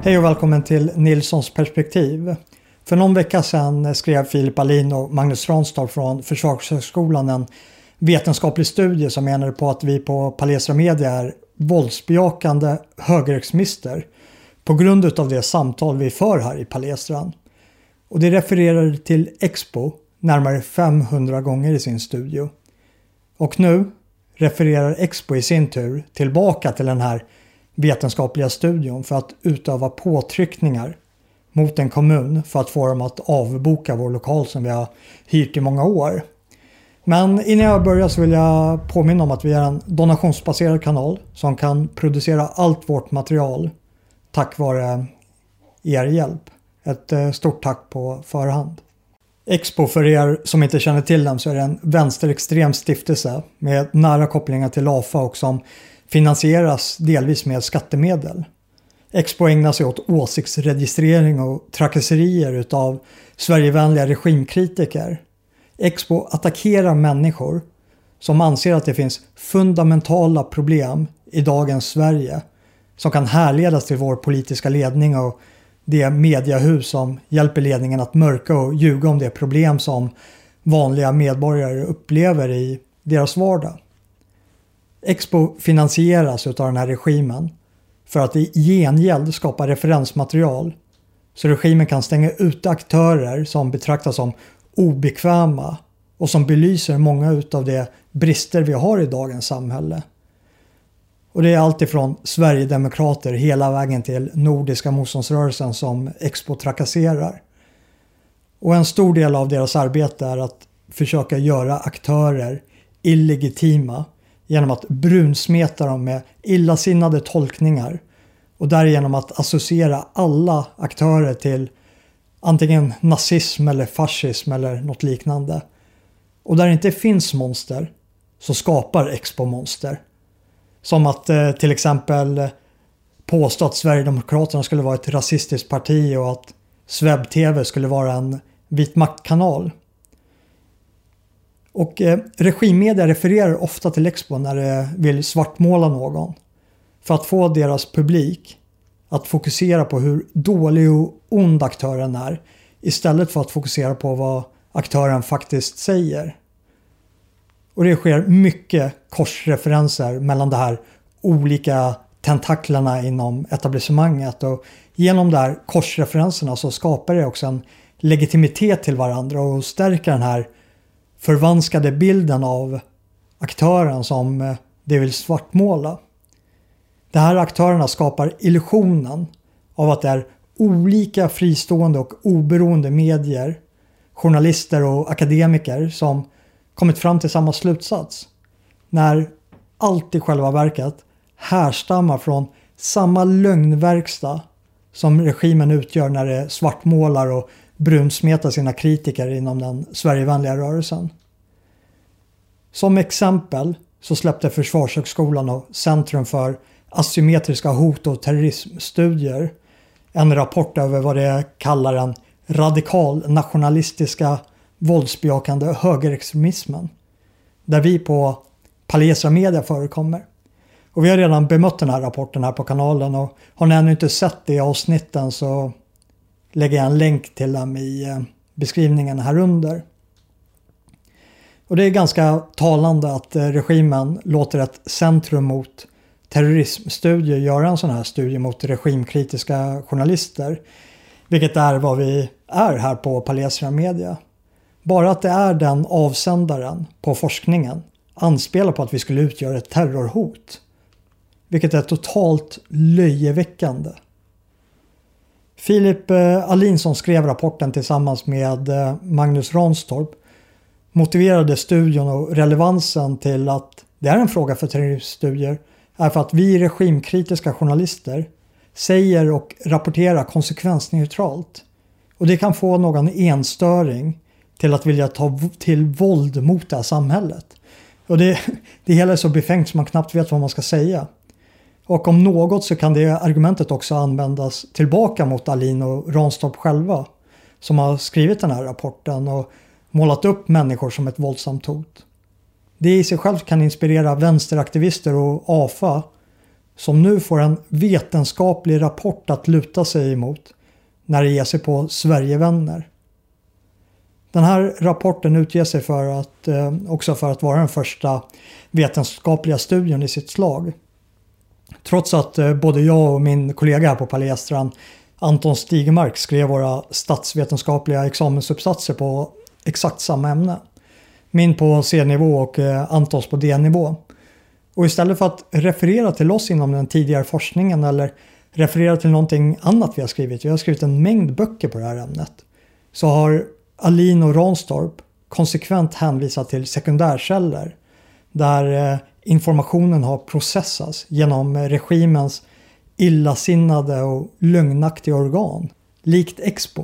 Hej och välkommen till Nilssons perspektiv. För någon vecka sedan skrev Filip Alin och Magnus Ranstorp från Försvarshögskolan en vetenskaplig studie som menade på att vi på Palestra Media är våldsbejakande högerextremister på grund av det samtal vi för här i Palestran. Och det refererar till Expo närmare 500 gånger i sin studio. Och nu refererar Expo i sin tur tillbaka till den här vetenskapliga studion för att utöva påtryckningar mot en kommun för att få dem att avboka vår lokal som vi har hyrt i många år. Men innan jag börjar så vill jag påminna om att vi är en donationsbaserad kanal som kan producera allt vårt material tack vare er hjälp. Ett stort tack på förhand. Expo, för er som inte känner till dem, så är det en vänsterextrem stiftelse med nära kopplingar till AFA och som finansieras delvis med skattemedel. Expo ägnar sig åt åsiktsregistrering och trakasserier utav Sverigevänliga regimkritiker. Expo attackerar människor som anser att det finns fundamentala problem i dagens Sverige som kan härledas till vår politiska ledning och det mediehus som hjälper ledningen att mörka och ljuga om det problem som vanliga medborgare upplever i deras vardag. Expo finansieras av den här regimen för att i gengäld skapa referensmaterial så regimen kan stänga ut aktörer som betraktas som obekväma och som belyser många av de brister vi har i dagens samhälle. Och det är allt ifrån Sverigedemokrater hela vägen till Nordiska motståndsrörelsen som Expo trakasserar. Och en stor del av deras arbete är att försöka göra aktörer illegitima genom att brunsmeta dem med illasinnade tolkningar och därigenom att associera alla aktörer till antingen nazism eller fascism eller något liknande. Och där det inte finns monster så skapar Expo monster. Som att till exempel påstå att Sverigedemokraterna skulle vara ett rasistiskt parti och att Sveb TV skulle vara en vit maktkanal. Och regimmedia refererar ofta till Expo när de vill svartmåla någon för att få deras publik att fokusera på hur dålig och ond aktören är istället för att fokusera på vad aktören faktiskt säger. Och det sker mycket korsreferenser mellan de här olika tentaklarna inom etablissemanget och genom de här korsreferenserna så skapar det också en legitimitet till varandra och stärker den här förvanskade bilden av aktören som det vill svartmåla. De här aktörerna skapar illusionen av att det är olika fristående och oberoende medier, journalister och akademiker som kommit fram till samma slutsats. När allt i själva verket härstammar från samma lögnverkstad som regimen utgör när det svartmålar och brunsmetar sina kritiker inom den Sverigevänliga rörelsen. Som exempel så släppte Försvarshögskolan och Centrum för asymmetriska hot- och terrorismstudier en rapport över vad det kallar den radikal nationalistiska våldsbejakande högerextremismen där vi på Palestra Media förekommer. Och vi har redan bemött den här rapporten här på kanalen och har ni ännu inte sett det i avsnitten så lägger jag en länk till dem i beskrivningen här under. Och det är ganska talande att regimen låter ett centrum mot terrorismstudier göra en sån här studie mot regimkritiska journalister. Vilket är vad vi är här på Palestra Media. Bara att det är den avsändaren på forskningen anspelar på att vi skulle utgöra ett terrorhot. Vilket är totalt löjeväckande. Filip Alin som skrev rapporten tillsammans med Magnus Ranstorp motiverade studien och relevansen till att det är en fråga för terroriststudier är för att vi regimkritiska journalister säger och rapporterar konsekvensneutralt. Och det kan få någon enstöring till att vilja ta till våld mot det här samhället. Och det hela är så befängt som man knappt vet vad man ska säga. Och om något så kan det argumentet också användas tillbaka mot Alin och Ranstorp själva som har skrivit den här rapporten och målat upp människor som ett våldsamt hot. Det i sig själv kan inspirera vänsteraktivister och AFA som nu får en vetenskaplig rapport att luta sig emot när det ger sig på Sverigevänner. Den här rapporten utger sig också för att vara den första vetenskapliga studien i sitt slag. Trots att både jag och min kollega här på Palestran, Anton Stigemark, skrev våra statsvetenskapliga examensuppsatser på exakt samma ämne. Min på C-nivå och Antons på D-nivå. Och istället för att referera till oss inom den tidigare forskningen eller referera till någonting annat vi har skrivit en mängd böcker på det här ämnet, så har Ahlin och Ranstorp konsekvent hänvisat till sekundärkällor där informationen har processats genom regimens illasinnade och lögnaktiga organ, likt Expo.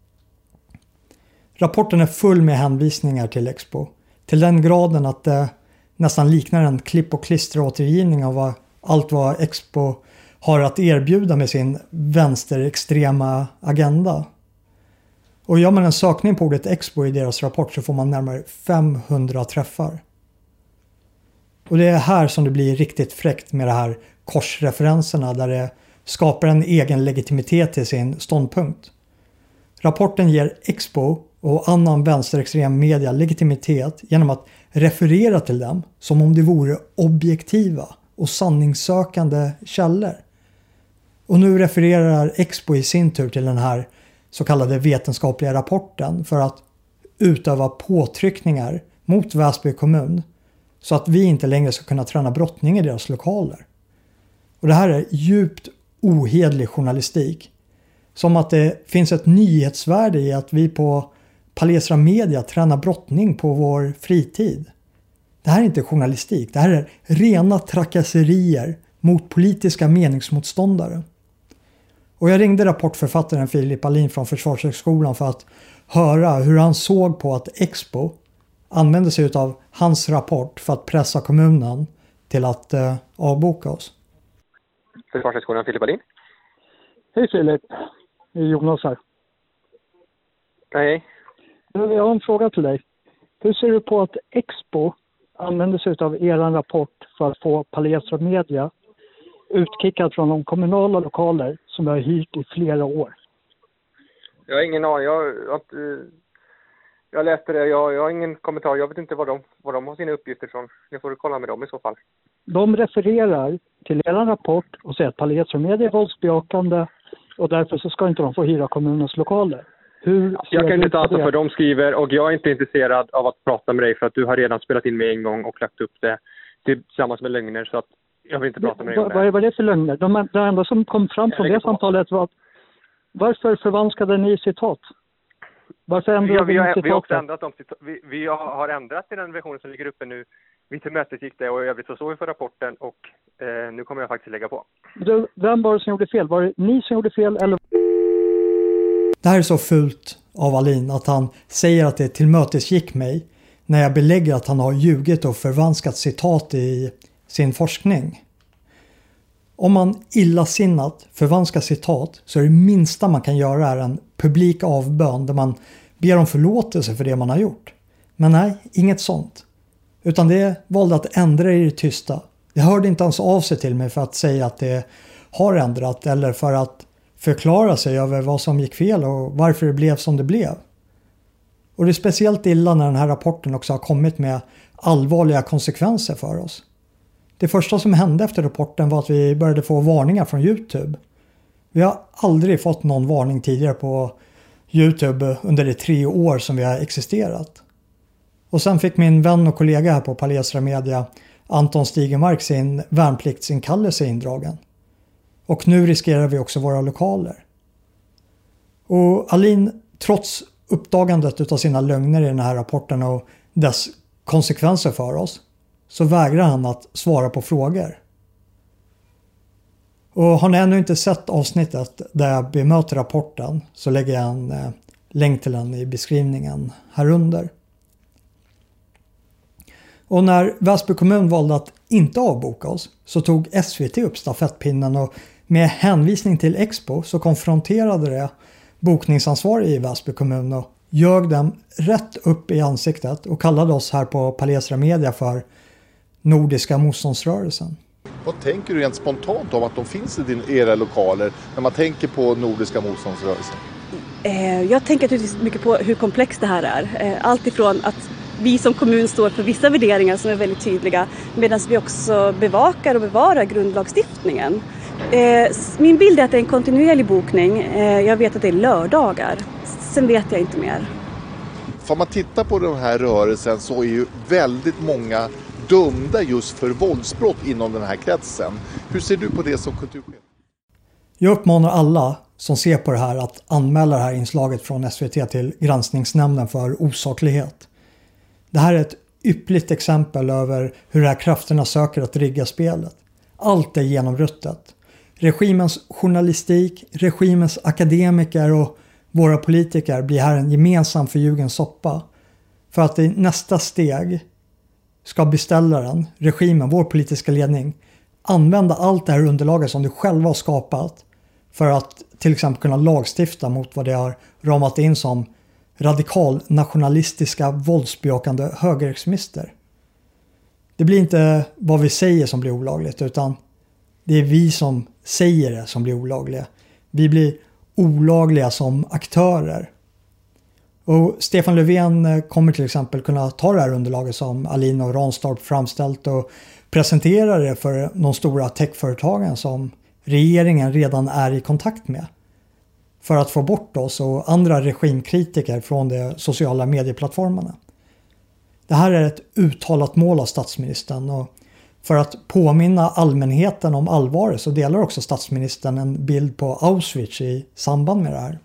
Rapporten är full med hänvisningar till Expo, till den graden att det nästan liknar en klipp- och klisteråtergivning av allt vad Expo har att erbjuda med sin vänsterextrema agenda. Och gör man en sökning på ordet Expo i deras rapport så får man närmare 500 träffar. Och det är här som det blir riktigt fräckt med de här korsreferenserna där det skapar en egen legitimitet till sin ståndpunkt. Rapporten ger Expo och annan vänsterextrem media legitimitet genom att referera till dem som om det vore objektiva och sanningssökande källor. Och nu refererar Expo i sin tur till den här så kallade vetenskapliga rapporten för att utöva påtryckningar mot Väsby kommun så att vi inte längre ska kunna träna brottning i deras lokaler. Och det här är djupt ohederlig journalistik. Som att det finns ett nyhetsvärde i att vi på Palestra Media tränar brottning på vår fritid. Det här är inte journalistik, det här är rena trakasserier mot politiska meningsmotståndare. Och jag ringde rapportförfattaren Filip Ahlin från Försvarshögskolan för att höra hur han såg på att Expo använde sig av hans rapport för att pressa kommunen till att avboka oss. Försvarshögskolan, Filip Ahlin. Hej Filip, det är Jonas här. Hej. Jag har en fråga till dig. Hur ser du på att Expo använder sig av er rapport för att få Palestra Media utkickad från de kommunala lokaler som jag har hyrt i flera år? Jag har ingen aning. Jag läste det. Jag har ingen kommentar. Jag vet inte var de har sina uppgifter från. Ni får kolla med dem i så fall. De refererar till er rapport och säger att Palestra Media är våldsbejakande och därför så ska inte de få hyra kommunens lokaler. Jag kan inte ta ansvar för de skriver och jag är inte intresserad av att prata med dig för att du har redan spelat in mig en gång och lagt upp det tillsammans med lögner så att jag vill inte prata med dig om det. Vad är det för lögner? Det enda som kom fram från det samtalet var att varför förvanskade ni citat? Varför ändrade ni citat? Vi har ändrat i den versionen som ligger uppe nu. Vi tillmötesgick det och i övrigt så såg vi för rapporten och nu kommer jag faktiskt lägga på. Vem var det som gjorde fel? Var det ni som gjorde fel eller? Det här är så fult av Ahlin att han säger att det tillmötesgick mig när jag belägger att han har ljugit och förvanskat citat i sin forskning. Om man illasinnat förvanskar citat så är det minsta man kan göra är en publik avbön där man ber om förlåtelse för det man har gjort. Men nej, inget sånt. Utan det valde att ändra i det tysta. Det hörde inte ens av sig till mig för att säga att det har ändrat eller för att förklara sig över vad som gick fel och varför det blev som det blev. Och det är speciellt illa när den här rapporten också har kommit med allvarliga konsekvenser för oss. Det första som hände efter rapporten var att vi började få varningar från YouTube. Vi har aldrig fått någon varning tidigare på YouTube under de 3 år som vi har existerat. Och sen fick min vän och kollega här på Palestra Media, Anton Stigemark, sin värnpliktsinkallelse indragen. Och nu riskerar vi också våra lokaler. Och Ahlin, trots uppdagandet av sina lögner i den här rapporten och dess konsekvenser för oss, så vägrar han att svara på frågor. Och har ni ännu inte sett avsnittet där jag bemöter rapporten så lägger jag en länk till den i beskrivningen här under. Och när Väsby kommun valde att inte avboka oss så tog SVT upp stafettpinnen och med hänvisning till Expo så konfronterade det bokningsansvarig i Väsby kommun och ljög dem rätt upp i ansiktet och kallade oss här på Palestra Media för Nordiska motståndsrörelsen. Vad tänker du rent spontant om att de finns i era lokaler när man tänker på Nordiska motståndsrörelsen? Jag tänker naturligtvis mycket på hur komplext det här är. Allt ifrån att vi som kommun står för vissa värderingar som är väldigt tydliga, medan vi också bevakar och bevarar grundlagstiftningen. Min bild är att det är en kontinuerlig bokning. Jag vet att det är lördagar. Sen vet jag inte mer. Får man titta på den här rörelsen så är ju väldigt många dömda just för våldsbrott inom den här kretsen. Hur ser du på det som kulturchef? Jag uppmanar alla som ser på det här att anmäla det här inslaget från SVT till granskningsnämnden för osaklighet. Det här är ett yppligt exempel över hur de här krafterna söker att rigga spelet. Allt är genomruttet. Regimens journalistik, regimens akademiker och våra politiker blir här en gemensam förljugen soppa. För att i nästa steg ska beställaren, regimen, vår politiska ledning använda allt det här underlaget som de själva har skapat för att till exempel kunna lagstifta mot vad det har ramat in som radikal nationalistiska våldsbejakande högerextremister. Det blir inte vad vi säger som blir olagligt, utan det är vi som säger det som blir olagliga. Vi blir olagliga som aktörer. Och Stefan Löfven kommer till exempel kunna ta det här underlaget som Alin och Ranstorp framställt och presentera det för de stora techföretagen som regeringen redan är i kontakt med. För att få bort oss och andra regimkritiker från de sociala medieplattformarna. Det här är ett uttalat mål av statsministern, och för att påminna allmänheten om allvaret så delar också statsministern en bild på Auschwitz i samband med det här.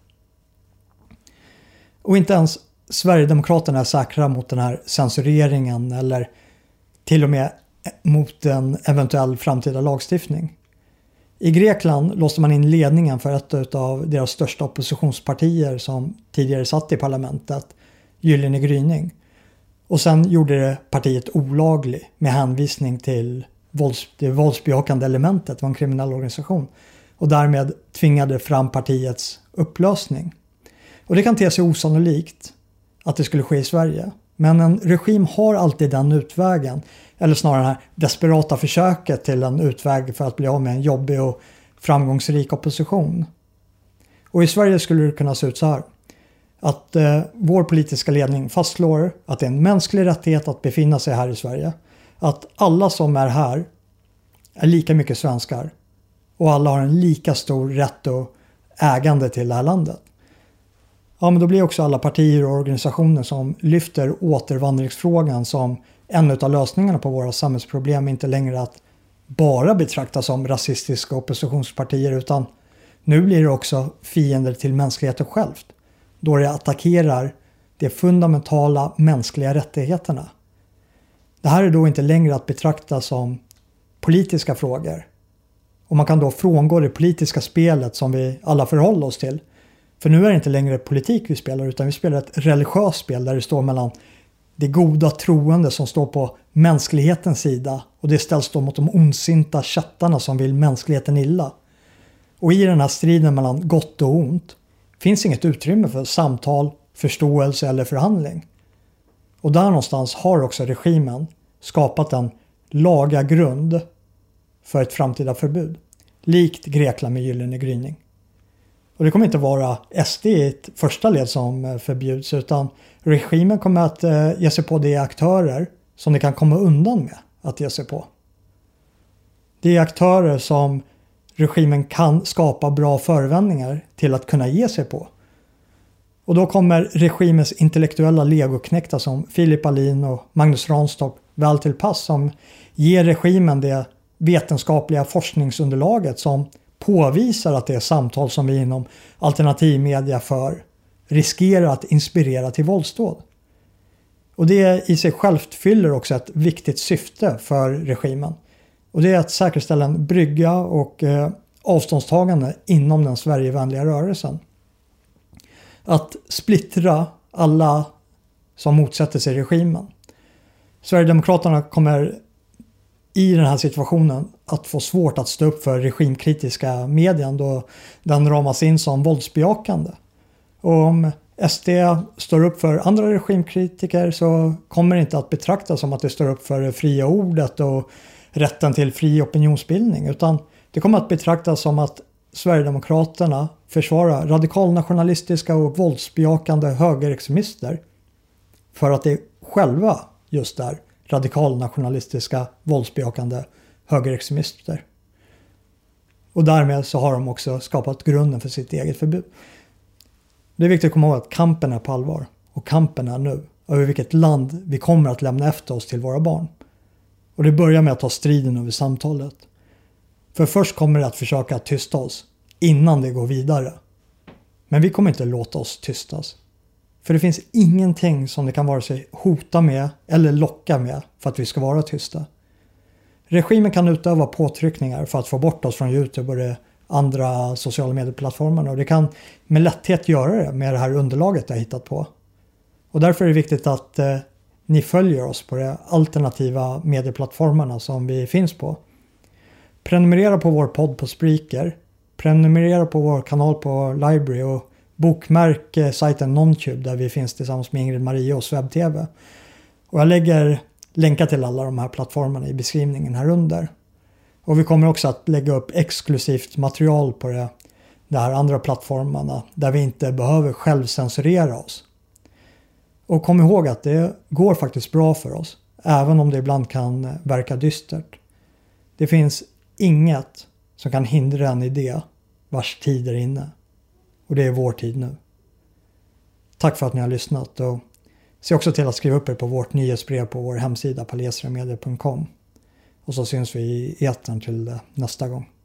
Och inte ens Sverigedemokraterna är säkra mot den här censureringen eller till och med mot en eventuell framtida lagstiftning. I Grekland låste man in ledningen för ett av deras största oppositionspartier som tidigare satt i parlamentet, Gyllene gryning. Och sen gjorde det partiet olaglig med hänvisning till det våldsbejakande elementet, var en kriminell organisation. Och därmed tvingade fram partiets upplösning. Och det kan te sig osannolikt att det skulle ske i Sverige. Men en regim har alltid den utvägen. Eller snarare det här desperata försöket till en utväg för att bli av med en jobbig och framgångsrik opposition. Och i Sverige skulle det kunna se ut så här. Att vår politiska ledning fastslår att det är en mänsklig rättighet att befinna sig här i Sverige. Att alla som är här är lika mycket svenskar. Och alla har en lika stor rätt och ägande till det här landet. Ja, men då blir också alla partier och organisationer som lyfter återvandringsfrågan som en av lösningarna på våra samhällsproblem inte längre att bara betraktas som rasistiska oppositionspartier, utan nu blir det också fiender till mänskligheten självt. Då det attackerar de fundamentala mänskliga rättigheterna. Det här är då inte längre att betrakta som politiska frågor. Och man kan då frångå det politiska spelet som vi alla förhåller oss till. För nu är det inte längre politik vi spelar, utan vi spelar ett religiöst spel där det står mellan det goda troende som står på mänsklighetens sida och det ställs då mot de ondsinta chattarna som vill mänskligheten illa. Och i den här striden mellan gott och ont finns inget utrymme för samtal, förståelse eller förhandling. Och där någonstans har också regimen skapat en laga grund för ett framtida förbud. Likt Grekland med Gyllene gryning. Och det kommer inte vara SD i ett första led som förbjuds, utan regimen kommer att ge sig på de aktörer som det kan komma undan med att ge sig på. Det är aktörer som regimen kan skapa bra förevändningar till att kunna ge sig på. Och då kommer regimens intellektuella legoknäckta som Filip Alin och Magnus Ranstorp väl till pass, som ger regimen det vetenskapliga forskningsunderlaget som påvisar att det samtal som vi inom alternativmedia för riskerar att inspirera till våldsdåd. Och det i sig självt fyller också ett viktigt syfte för regimen. Och det är att säkerställa en brygga och avståndstagande inom den Sverigevänliga rörelsen. Att splittra alla som motsätter sig regimen. Sverigedemokraterna kommer i den här situationen att få svårt att stå upp för regimkritiska medien då den ramas in som våldsbejakande. Och om SD står upp för andra regimkritiker så kommer det inte att betraktas som att det står upp för det fria ordet och rätten till fri opinionsbildning, utan det kommer att betraktas som att Sverigedemokraterna försvarar radikalnationalistiska och våldsbejakande högerextremister för att det själva just är radikalnationalistiska våldsbejakande högerextremister. Och därmed så har de också skapat grunden för sitt eget förbud. Det är viktigt att komma ihåg att kampen är på allvar. Och kampen är nu. Över vilket land vi kommer att lämna efter oss till våra barn. Och det börjar med att ta striden över samtalet. För först kommer det att försöka tysta oss. Innan det går vidare. Men vi kommer inte låta oss tystas. För det finns ingenting som det kan vare sig hota med eller locka med för att vi ska vara tysta. Regimen kan utöva påtryckningar för att få bort oss från YouTube och de andra sociala medieplattformarna. Och det kan med lätthet göra det med det här underlaget jag hittat på. Och därför är det viktigt att ni följer oss på de alternativa medieplattformarna som vi finns på. Prenumerera på vår podd på Spreaker. Prenumerera på vår kanal på Library och bokmärk sajten NonTube där vi finns tillsammans med Ingrid Marie och WebTV. Och jag lägger länkar till alla de här plattformarna i beskrivningen här under. Och vi kommer också att lägga upp exklusivt material på de här andra plattformarna där vi inte behöver självcensurera oss. Och kom ihåg att det går faktiskt bra för oss, även om det ibland kan verka dystert. Det finns inget som kan hindra en idé vars tid är inne. Och det är vår tid nu. Tack för att ni har lyssnat och se också till att skriva upp er på vårt nyhetsbrev på vår hemsida palesramedia.com. Och så syns vi i etern till nästa gång.